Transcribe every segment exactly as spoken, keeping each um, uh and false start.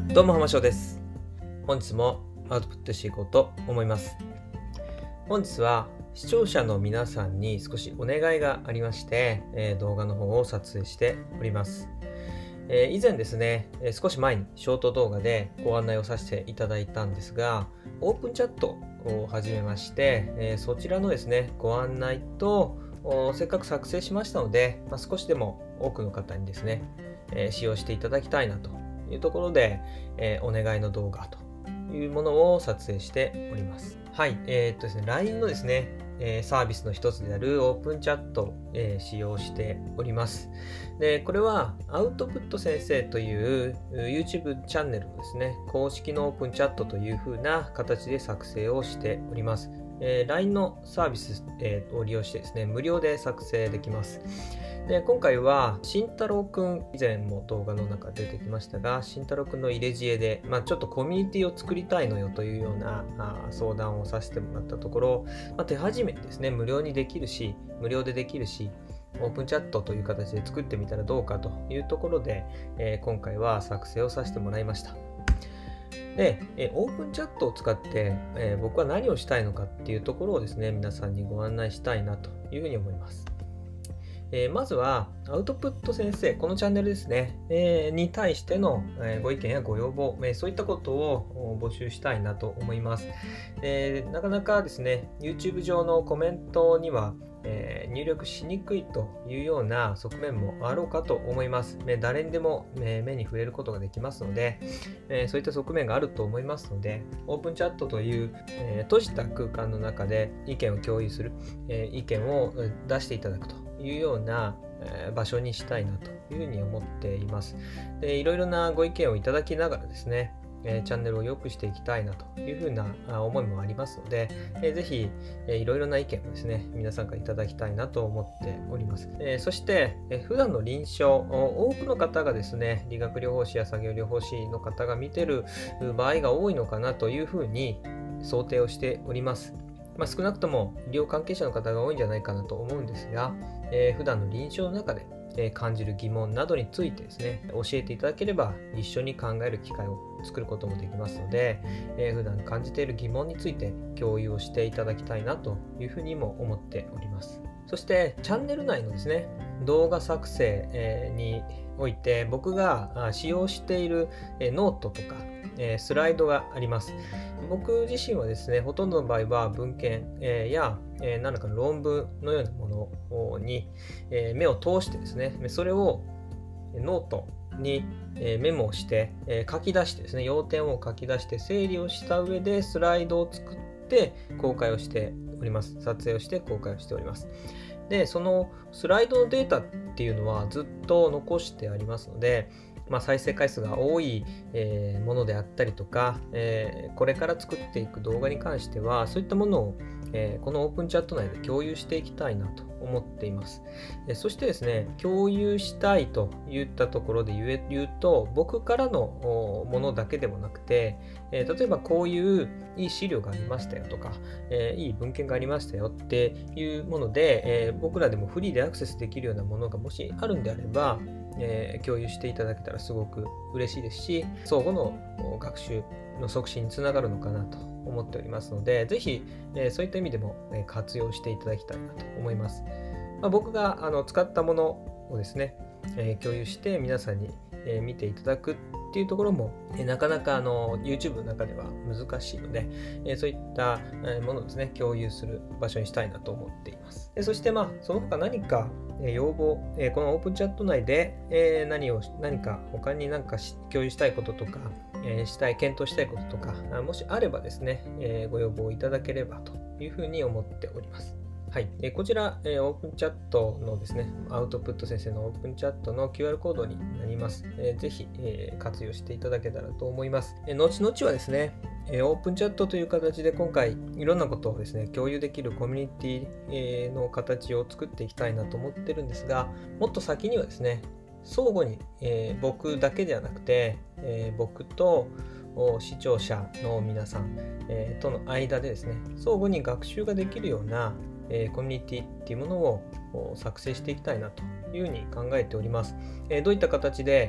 どうも浜翔です。本日もアウトプットしていこうと思います。本日は視聴者の皆さんに少しお願いがありまして、えー、動画の方を撮影しております。えー、以前ですね、えー、少し前にショート動画でご案内をさせていただいたんですが、オープンチャットを始めまして、えー、そちらのですねご案内とせっかく作成しましたので、まあ、少しでも多くの方にですね、えー、使用していただきたいなというところで、えー、お願いの動画というものを撮影しております。はい、えー、っとですね、ライン のですね、えー、サービスの一つであるオープンチャットを、えー、使用しております。で、これはアウトプット先生という YouTube チャンネルのですね、公式のオープンチャットという風な形で作成をしております。えー、ライン のサービス、えー、を利用してですね、無料で作成できます。で今回は慎太郎くん、以前も動画の中出てきましたが、慎太郎くんの入れ知恵で、まあ、ちょっとコミュニティを作りたいのよというようなあ相談をさせてもらったところ、まあ、手始めにですね、無料にできるし、無料でできるし、オープンチャットという形で作ってみたらどうかというところで、えー、今回は作成をさせてもらいました。で、えオープンチャットを使って、えー、僕は何をしたいのかっていうところをですね、皆さんにご案内したいなというふうに思います。えー、まずは、アウトプット先生、このチャンネルですね、えー、に対しての、えー、ご意見やご要望、えー、そういったことを募集したいなと思います。えー、なかなかですね、YouTube 上のコメントには、えー、入力しにくいというような側面もあろうかと思います。えー、誰にでも、えー、目に触れることができますので、えー、そういった側面があると思いますので、オープンチャットという、えー、閉じた空間の中で意見を共有する、えー、意見を出していただくというような場所にしたいなというふうに思っています。で、いろいろなご意見をいただきながらですね、えー、チャンネルを良くしていきたいなというふうな思いもありますので、えー、ぜひ、えー、いろいろな意見をですね、皆さんからいただきたいなと思っております。えー、そして、えー、普段の臨床、多くの方がですね、理学療法士や作業療法士の方が見てる場合が多いのかなというふうに想定をしております。まあ、少なくとも医療関係者の方が多いんじゃないかなと思うんですが、えー、普段の臨床の中で、えー、感じる疑問などについてですね、教えていただければ一緒に考える機会を作ることもできますので、えー、普段感じている疑問について共有をしていただきたいなというふうにも思っております。そしてチャンネル内のですね、動画作成、えー、において僕が使用している、えー、ノートとか、えー、スライドがあります。僕自身はですね、ほとんどの場合は文献、えー、や、えー、何らかの論文のようなものに、えー、目を通してですね、それをノートにメモをして、えー、書き出してですね、要点を書き出して整理をした上でスライドを作って公開をしております。撮影をして公開をしております。で、そのスライドのデータっていうのはずっと残してありますので、まあ、再生回数が多い、えー、ものであったりとか、えー、これから作っていく動画に関してはそういったものを、えー、このオープンチャット内で共有していきたいなと思っています。えー、そしてですね、共有したいといったところで言え言うと、僕からのものだけでもなくて、えー、例えばこういういい資料がありましたよとか、えー、いい文献がありましたよっていうもので、えー、僕らでもフリーでアクセスできるようなものがもしあるんであれば、えー、共有していただけたらすごく嬉しいですし、相互の学習の促進につながるのかなと思っておりますので、ぜひ、えー、そういった意味でも、えー、活用していただきたいなと思います。まあ、僕があの使ったものをですね、えー、共有して皆さんに、えー、見ていただくっていうところも、えー、なかなかあの YouTube の中では難しいので、えー、そういったものをですね、共有する場所にしたいなと思っています。でそしてまあその他何か要望、このオープンチャット内で何を何か他に何か共有したいこととか、したい検討したいこととかもしあればですね、ご要望いただければというふうに思っております。はい、こちら、オープンチャットのですね、アウトプット先生のオープンチャットの キューアール コードになります。ぜひ活用していただけたらと思います。後々はですね、オープンチャットという形で今回いろんなことをですね、共有できるコミュニティの形を作っていきたいなと思ってるんですが、もっと先にはですね、相互に、えー、僕だけではなくて、えー、僕と視聴者の皆さん、えー、との間でですね、相互に学習ができるようなえー、コミュニティっていうものを作成していきたいなというふうに考えております。えー、どういった形で、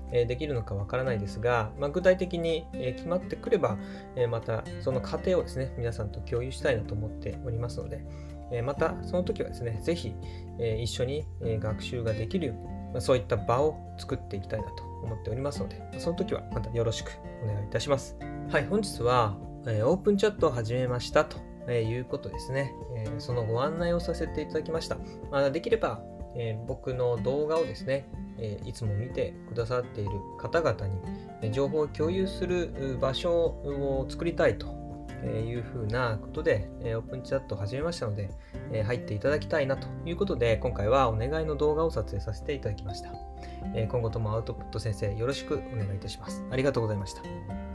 えー、できるのかわからないですが、まあ、具体的に、えー、決まってくれば、えー、またその過程をですね、皆さんと共有したいなと思っておりますので、えー、またその時はですね、ぜひ、えー、一緒に、えー、学習ができるように、まあ、そういった場を作っていきたいなと思っておりますので、その時はまたよろしくお願いいたします。はい、本日は、えー、オープンチャットを始めましたということですね、えー、そのご案内をさせていただきました。まあ、できれば、えー、僕の動画をですね、えー、いつも見てくださっている方々に、えー、情報を共有する場所を作りたいというふうなことで、えー、オープンチャットを始めましたので、えー、入っていただきたいなということで、今回はお願いの動画を撮影させていただきました。えー、今後ともアウトプット先生よろしくお願いいたします。ありがとうございました。